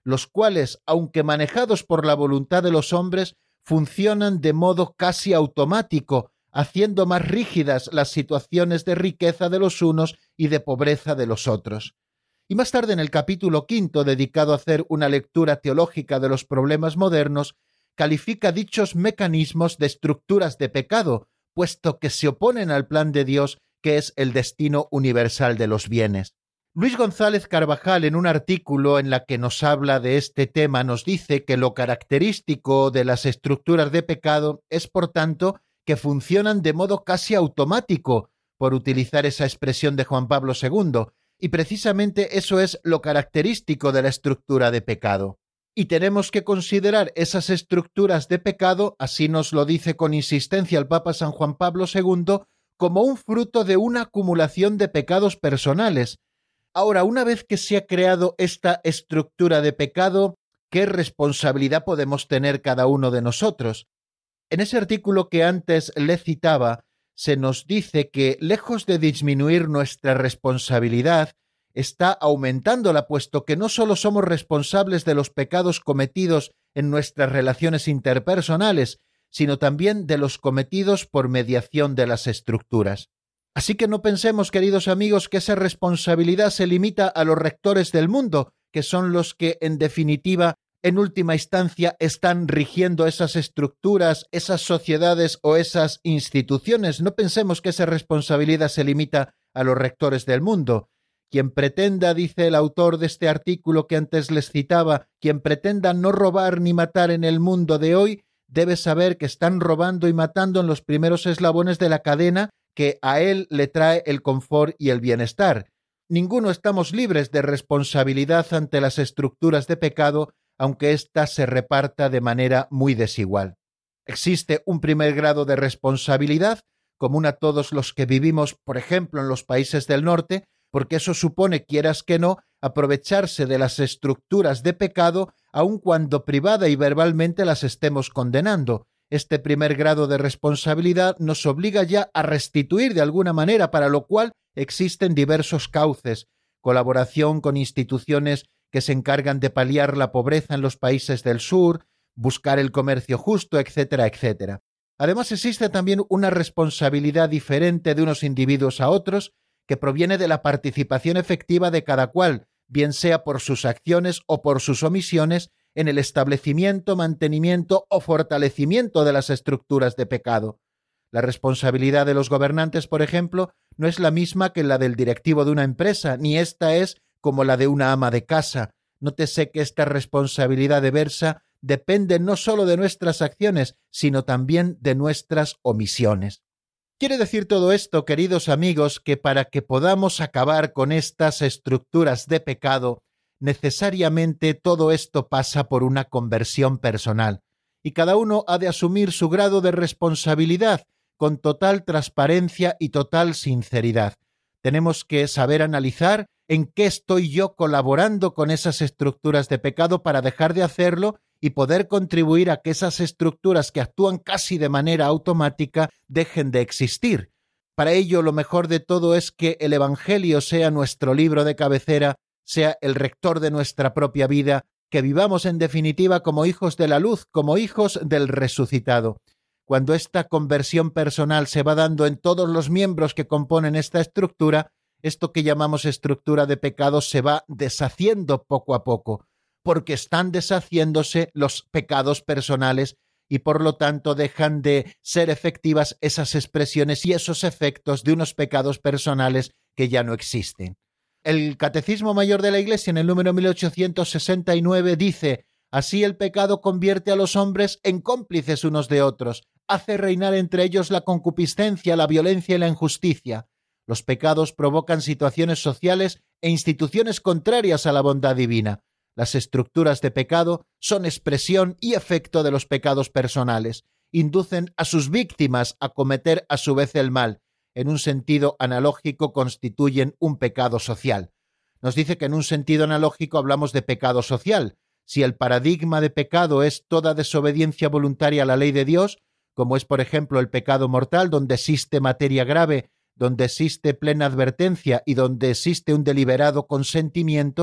los cuales, aunque manejados por la voluntad de los hombres, funcionan de modo casi automático, haciendo más rígidas las situaciones de riqueza de los unos y de pobreza de los otros. Y más tarde, en el capítulo quinto, dedicado a hacer una lectura teológica de los problemas modernos, califica dichos mecanismos de estructuras de pecado, puesto que se oponen al plan de Dios, que es el destino universal de los bienes. Luis González Carvajal, en un artículo en la que nos habla de este tema, nos dice que lo característico de las estructuras de pecado es, por tanto, que funcionan de modo casi automático, por utilizar esa expresión de Juan Pablo segundo, y precisamente eso es lo característico de la estructura de pecado. Y tenemos que considerar esas estructuras de pecado, así nos lo dice con insistencia el Papa San Juan Pablo segundo, como un fruto de una acumulación de pecados personales. Ahora, una vez que se ha creado esta estructura de pecado, ¿qué responsabilidad podemos tener cada uno de nosotros? En ese artículo que antes le citaba, se nos dice que, lejos de disminuir nuestra responsabilidad, está aumentándola, puesto que no solo somos responsables de los pecados cometidos en nuestras relaciones interpersonales, sino también de los cometidos por mediación de las estructuras. Así que no pensemos, queridos amigos, que esa responsabilidad se limita a los rectores del mundo, que son los que, en definitiva, en última instancia, están rigiendo esas estructuras, esas sociedades o esas instituciones. No pensemos que esa responsabilidad se limita a los rectores del mundo. Quien pretenda, dice el autor de este artículo que antes les citaba, quien pretenda no robar ni matar en el mundo de hoy, debe saber que están robando y matando en los primeros eslabones de la cadena que a él le trae el confort y el bienestar. Ninguno estamos libres de responsabilidad ante las estructuras de pecado, aunque ésta se reparta de manera muy desigual. Existe un primer grado de responsabilidad, común a todos los que vivimos, por ejemplo, en los países del norte, porque eso supone, quieras que no, aprovecharse de las estructuras de pecado, aun cuando privada y verbalmente las estemos condenando. Este primer grado de responsabilidad nos obliga ya a restituir de alguna manera, para lo cual existen diversos cauces: colaboración con instituciones que se encargan de paliar la pobreza en los países del sur, buscar el comercio justo, etcétera, etcétera. Además, existe también una responsabilidad diferente de unos individuos a otros, que proviene de la participación efectiva de cada cual, bien sea por sus acciones o por sus omisiones, en el establecimiento, mantenimiento o fortalecimiento de las estructuras de pecado. La responsabilidad de los gobernantes, por ejemplo, no es la misma que la del directivo de una empresa, ni esta es como la de una ama de casa. Nótese que esta responsabilidad diversa depende no solo de nuestras acciones, sino también de nuestras omisiones. Quiere decir todo esto, queridos amigos, que para que podamos acabar con estas estructuras de pecado, necesariamente todo esto pasa por una conversión personal, y cada uno ha de asumir su grado de responsabilidad con total transparencia y total sinceridad. Tenemos que saber analizar en qué estoy yo colaborando con esas estructuras de pecado para dejar de hacerlo y poder contribuir a que esas estructuras que actúan casi de manera automática dejen de existir. Para ello, lo mejor de todo es que el Evangelio sea nuestro libro de cabecera, sea el rector de nuestra propia vida, que vivamos en definitiva como hijos de la luz, como hijos del resucitado. Cuando esta conversión personal se va dando en todos los miembros que componen esta estructura, esto que llamamos estructura de pecado se va deshaciendo poco a poco, porque están deshaciéndose los pecados personales y por lo tanto dejan de ser efectivas esas expresiones y esos efectos de unos pecados personales que ya no existen. El Catecismo Mayor de la Iglesia, en el número mil ochocientos sesenta y nueve, dice: así el pecado convierte a los hombres en cómplices unos de otros, hace reinar entre ellos la concupiscencia, la violencia y la injusticia. Los pecados provocan situaciones sociales e instituciones contrarias a la bondad divina. Las estructuras de pecado son expresión y efecto de los pecados personales. Inducen a sus víctimas a cometer a su vez el mal. En un sentido analógico constituyen un pecado social. Nos dice que en un sentido analógico hablamos de pecado social. Si el paradigma de pecado es toda desobediencia voluntaria a la ley de Dios, como es por ejemplo el pecado mortal, donde existe materia grave, donde existe plena advertencia y donde existe un deliberado consentimiento,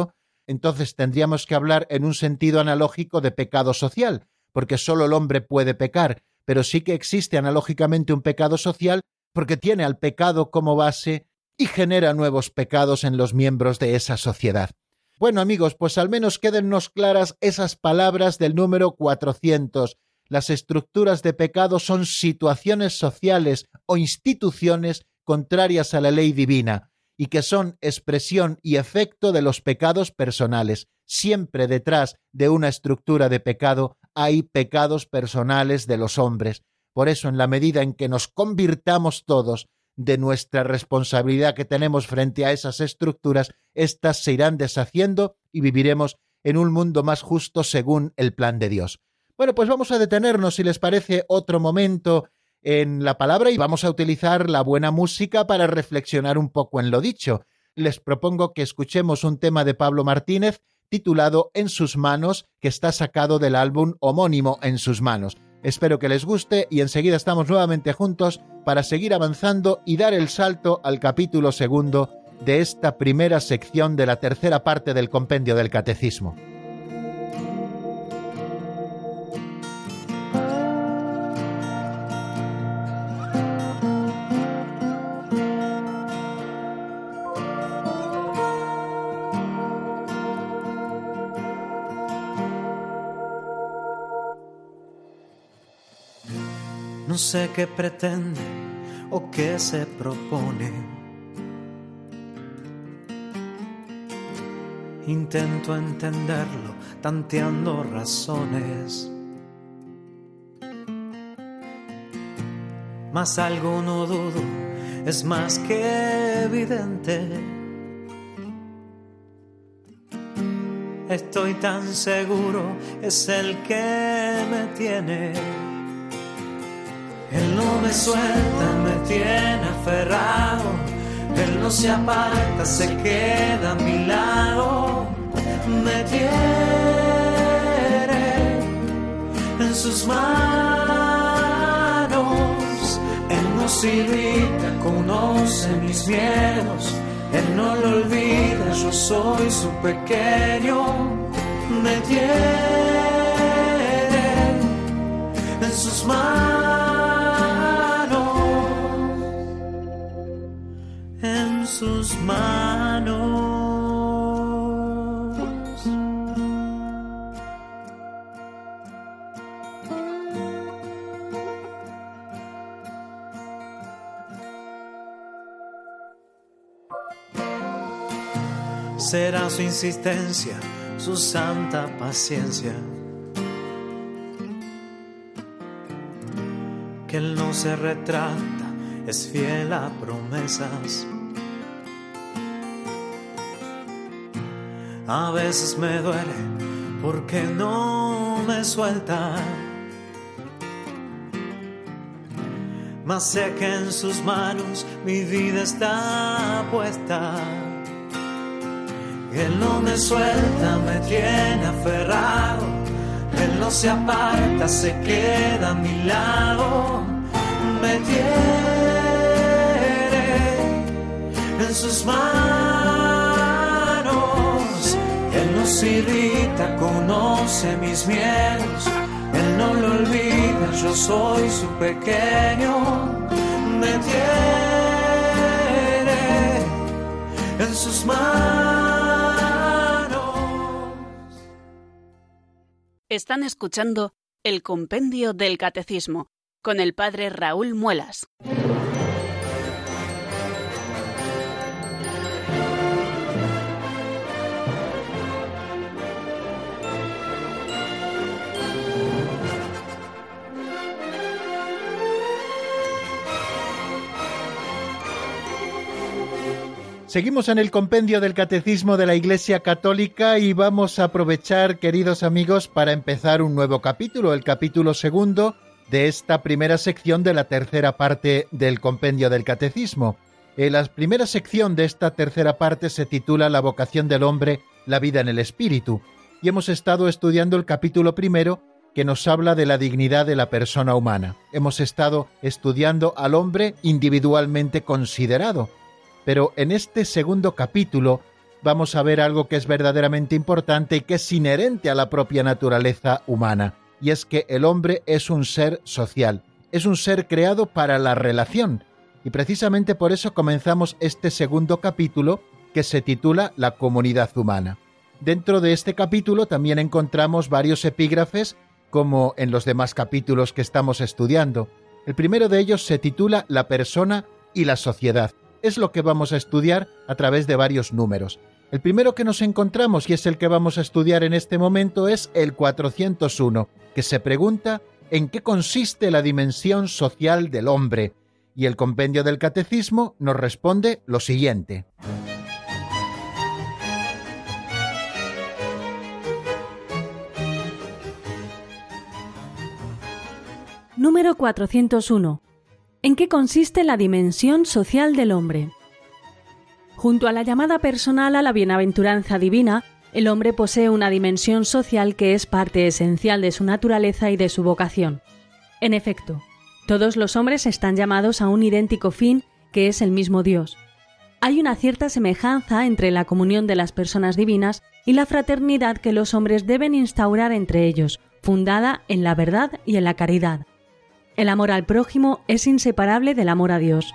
entonces tendríamos que hablar en un sentido analógico de pecado social, porque solo el hombre puede pecar, pero sí que existe analógicamente un pecado social porque tiene al pecado como base y genera nuevos pecados en los miembros de esa sociedad. Bueno, amigos, pues al menos quédennos claras esas palabras del número cuatrocientos. Las estructuras de pecado son situaciones sociales o instituciones contrarias a la ley divina y que son expresión y efecto de los pecados personales. Siempre detrás de una estructura de pecado hay pecados personales de los hombres. Por eso, en la medida en que nos convirtamos todos de nuestra responsabilidad que tenemos frente a esas estructuras, éstas se irán deshaciendo y viviremos en un mundo más justo según el plan de Dios. Bueno, pues vamos a detenernos, si les parece, otro momento en la palabra y vamos a utilizar la buena música para reflexionar un poco en lo dicho. Les propongo que escuchemos un tema de Pablo Martínez titulado En sus manos, que está sacado del álbum homónimo En sus manos. Espero que les guste y enseguida estamos nuevamente juntos para seguir avanzando y dar el salto al capítulo segundo de esta primera sección de la tercera parte del compendio del Catecismo. No sé qué pretende o qué se propone. Intento entenderlo, tanteando razones. Mas algo no dudo, es más que evidente. Estoy tan seguro, es el que me tiene. Él no me suelta, me tiene aferrado. Él no se aparta, se queda a mi lado. Me tiene en sus manos. Él no se irrita, conoce mis miedos. Él no lo olvida, yo soy su pequeño. Me tiene en sus manos. En sus manos. Será su insistencia, su santa paciencia, que él no se retrata, es fiel a promesas. A veces me duele porque no me suelta, mas sé que en sus manos mi vida está puesta. Él no me suelta, me tiene aferrado. Él no se aparta, se queda a mi lado. Me tiene en sus manos. Él no se irrita, conoce mis miedos. Él no lo olvida, yo soy su pequeño. Me tiene en sus manos. Están escuchando el Compendio del Catecismo con el padre Raúl Muelas. Seguimos en el compendio del Catecismo de la Iglesia Católica y vamos a aprovechar, queridos amigos, para empezar un nuevo capítulo, el capítulo segundo de esta primera sección de la tercera parte del compendio del Catecismo. En la primera sección de esta tercera parte se titula La vocación del hombre, la vida en el espíritu, y hemos estado estudiando el capítulo primero que nos habla de la dignidad de la persona humana. Hemos estado estudiando al hombre individualmente considerado. Pero en este segundo capítulo vamos a ver algo que es verdaderamente importante y que es inherente a la propia naturaleza humana, y es que el hombre es un ser social, es un ser creado para la relación, y precisamente por eso comenzamos este segundo capítulo que se titula La comunidad humana. Dentro de este capítulo también encontramos varios epígrafes, como en los demás capítulos que estamos estudiando. El primero de ellos se titula La persona y la sociedad. Es lo que vamos a estudiar a través de varios números. El primero que nos encontramos, y es el que vamos a estudiar en este momento, es el cuatrocientos uno, que se pregunta ¿en qué consiste la dimensión social del hombre? Y el compendio del Catecismo nos responde lo siguiente. Número cuatrocientos uno. ¿En qué consiste la dimensión social del hombre? Junto a la llamada personal a la bienaventuranza divina, el hombre posee una dimensión social que es parte esencial de su naturaleza y de su vocación. En efecto, todos los hombres están llamados a un idéntico fin, que es el mismo Dios. Hay una cierta semejanza entre la comunión de las personas divinas y la fraternidad que los hombres deben instaurar entre ellos, fundada en la verdad y en la caridad. El amor al prójimo es inseparable del amor a Dios.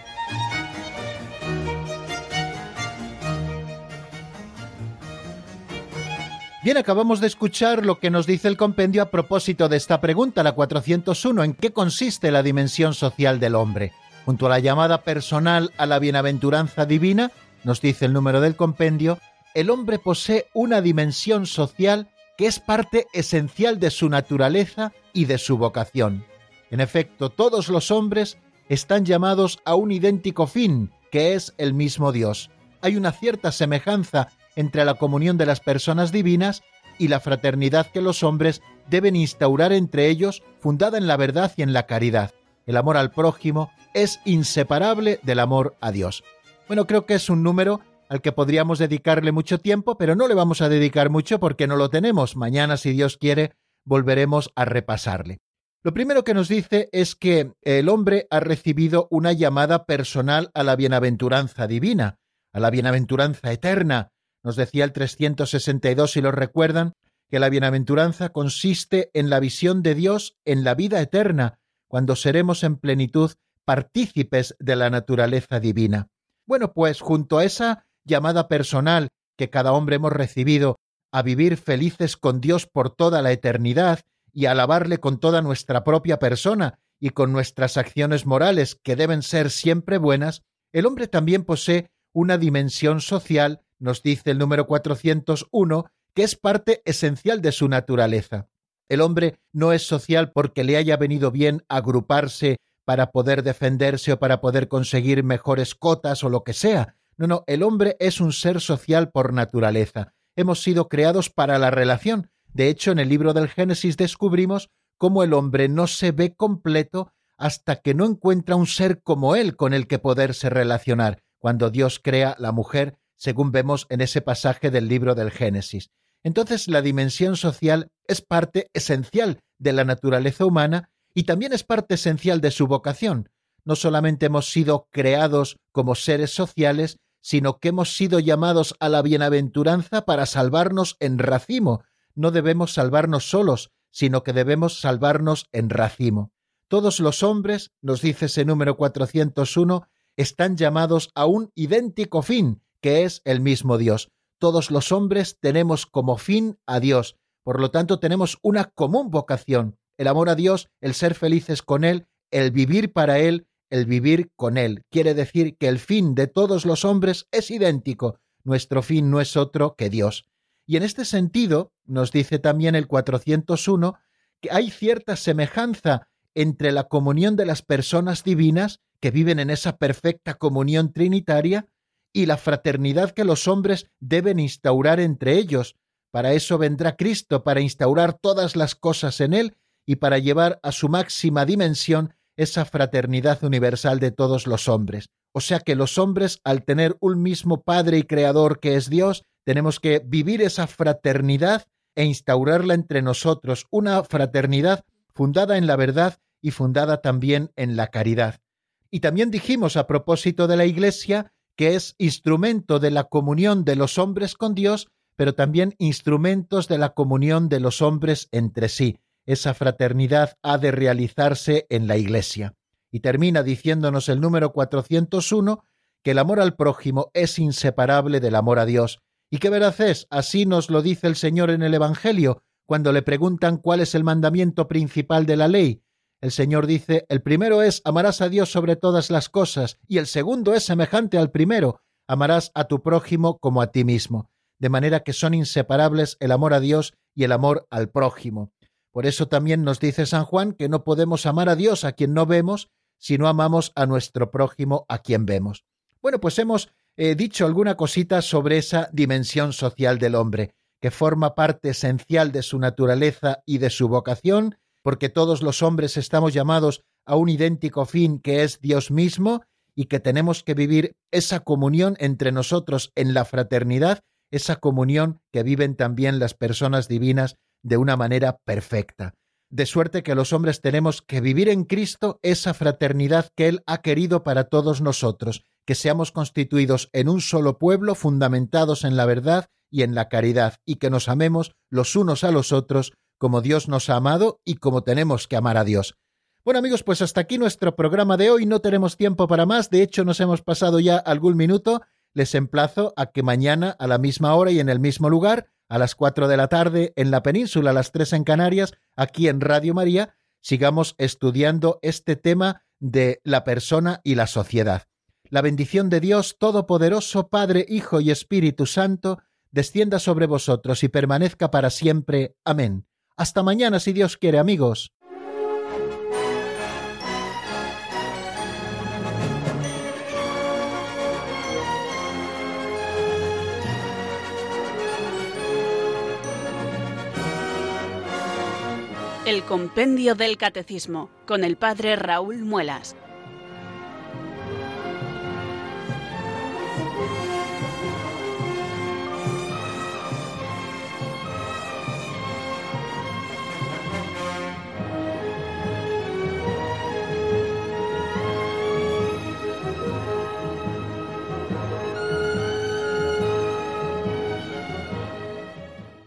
Bien, acabamos de escuchar lo que nos dice el compendio a propósito de esta pregunta, la cuatrocientos uno, ¿en qué consiste la dimensión social del hombre? Junto a la llamada personal a la bienaventuranza divina, nos dice el número del compendio, el hombre posee una dimensión social que es parte esencial de su naturaleza y de su vocación. En efecto, todos los hombres están llamados a un idéntico fin, que es el mismo Dios. Hay una cierta semejanza entre la comunión de las personas divinas y la fraternidad que los hombres deben instaurar entre ellos, fundada en la verdad y en la caridad. El amor al prójimo es inseparable del amor a Dios. Bueno, creo que es un número al que podríamos dedicarle mucho tiempo, pero no le vamos a dedicar mucho porque no lo tenemos. Mañana, si Dios quiere, volveremos a repasarle. Lo primero que nos dice es que el hombre ha recibido una llamada personal a la bienaventuranza divina, a la bienaventuranza eterna. Nos decía el trescientos sesenta y dos, si lo recuerdan, que la bienaventuranza consiste en la visión de Dios en la vida eterna, cuando seremos en plenitud partícipes de la naturaleza divina. Bueno, pues junto a esa llamada personal que cada hombre hemos recibido a vivir felices con Dios por toda la eternidad y a alabarle con toda nuestra propia persona y con nuestras acciones morales que deben ser siempre buenas, el hombre también posee una dimensión social, nos dice el número cuatrocientos uno, que es parte esencial de su naturaleza. El hombre no es social porque le haya venido bien agruparse para poder defenderse o para poder conseguir mejores cotas o lo que sea. No, no, el hombre es un ser social por naturaleza. Hemos sido creados para la relación. De hecho, en el libro del Génesis descubrimos cómo el hombre no se ve completo hasta que no encuentra un ser como él con el que poderse relacionar, cuando Dios crea la mujer, según vemos en ese pasaje del libro del Génesis. Entonces, la dimensión social es parte esencial de la naturaleza humana y también es parte esencial de su vocación. No solamente hemos sido creados como seres sociales, sino que hemos sido llamados a la bienaventuranza para salvarnos en racimo. No debemos salvarnos solos, sino que debemos salvarnos en racimo. Todos los hombres, nos dice ese número cuatrocientos uno, están llamados a un idéntico fin, que es el mismo Dios. Todos los hombres tenemos como fin a Dios, por lo tanto tenemos una común vocación, el amor a Dios, el ser felices con Él, el vivir para Él, el vivir con Él. Quiere decir que el fin de todos los hombres es idéntico, nuestro fin no es otro que Dios. Y en este sentido, nos dice también el cuatrocientos uno, que hay cierta semejanza entre la comunión de las personas divinas, que viven en esa perfecta comunión trinitaria, y la fraternidad que los hombres deben instaurar entre ellos. Para eso vendrá Cristo, para instaurar todas las cosas en Él y para llevar a su máxima dimensión esa fraternidad universal de todos los hombres. O sea que los hombres, al tener un mismo Padre y Creador que es Dios, tenemos que vivir esa fraternidad e instaurarla entre nosotros, una fraternidad fundada en la verdad y fundada también en la caridad. Y también dijimos a propósito de la Iglesia que es instrumento de la comunión de los hombres con Dios, pero también instrumentos de la comunión de los hombres entre sí. Esa fraternidad ha de realizarse en la Iglesia. Y termina diciéndonos el número cuatrocientos uno que el amor al prójimo es inseparable del amor a Dios. ¿Y qué veraz es? Así nos lo dice el Señor en el Evangelio, cuando le preguntan cuál es el mandamiento principal de la ley. El Señor dice, el primero es amarás a Dios sobre todas las cosas, y el segundo es semejante al primero, amarás a tu prójimo como a ti mismo. De manera que son inseparables el amor a Dios y el amor al prójimo. Por eso también nos dice San Juan que no podemos amar a Dios a quien no vemos, si no amamos a nuestro prójimo a quien vemos. Bueno, pues hemos eh, dicho alguna cosita sobre esa dimensión social del hombre, que forma parte esencial de su naturaleza y de su vocación, porque todos los hombres estamos llamados a un idéntico fin que es Dios mismo, y que tenemos que vivir esa comunión entre nosotros en la fraternidad, esa comunión que viven también las personas divinas de una manera perfecta. De suerte que los hombres tenemos que vivir en Cristo esa fraternidad que Él ha querido para todos nosotros, que seamos constituidos en un solo pueblo fundamentados en la verdad y en la caridad, y que nos amemos los unos a los otros como Dios nos ha amado y como tenemos que amar a Dios. Bueno, amigos, pues hasta aquí nuestro programa de hoy. No tenemos tiempo para más, de hecho nos hemos pasado ya algún minuto. Les emplazo a que mañana a la misma hora y en el mismo lugar, a las cuatro de la tarde en la península, a las tres en Canarias, aquí en Radio María, sigamos estudiando este tema de la persona y la sociedad. La bendición de Dios Todopoderoso, Padre, Hijo y Espíritu Santo, descienda sobre vosotros y permanezca para siempre. Amén. Hasta mañana, si Dios quiere, amigos. El Compendio del Catecismo, con el Padre Raúl Muelas.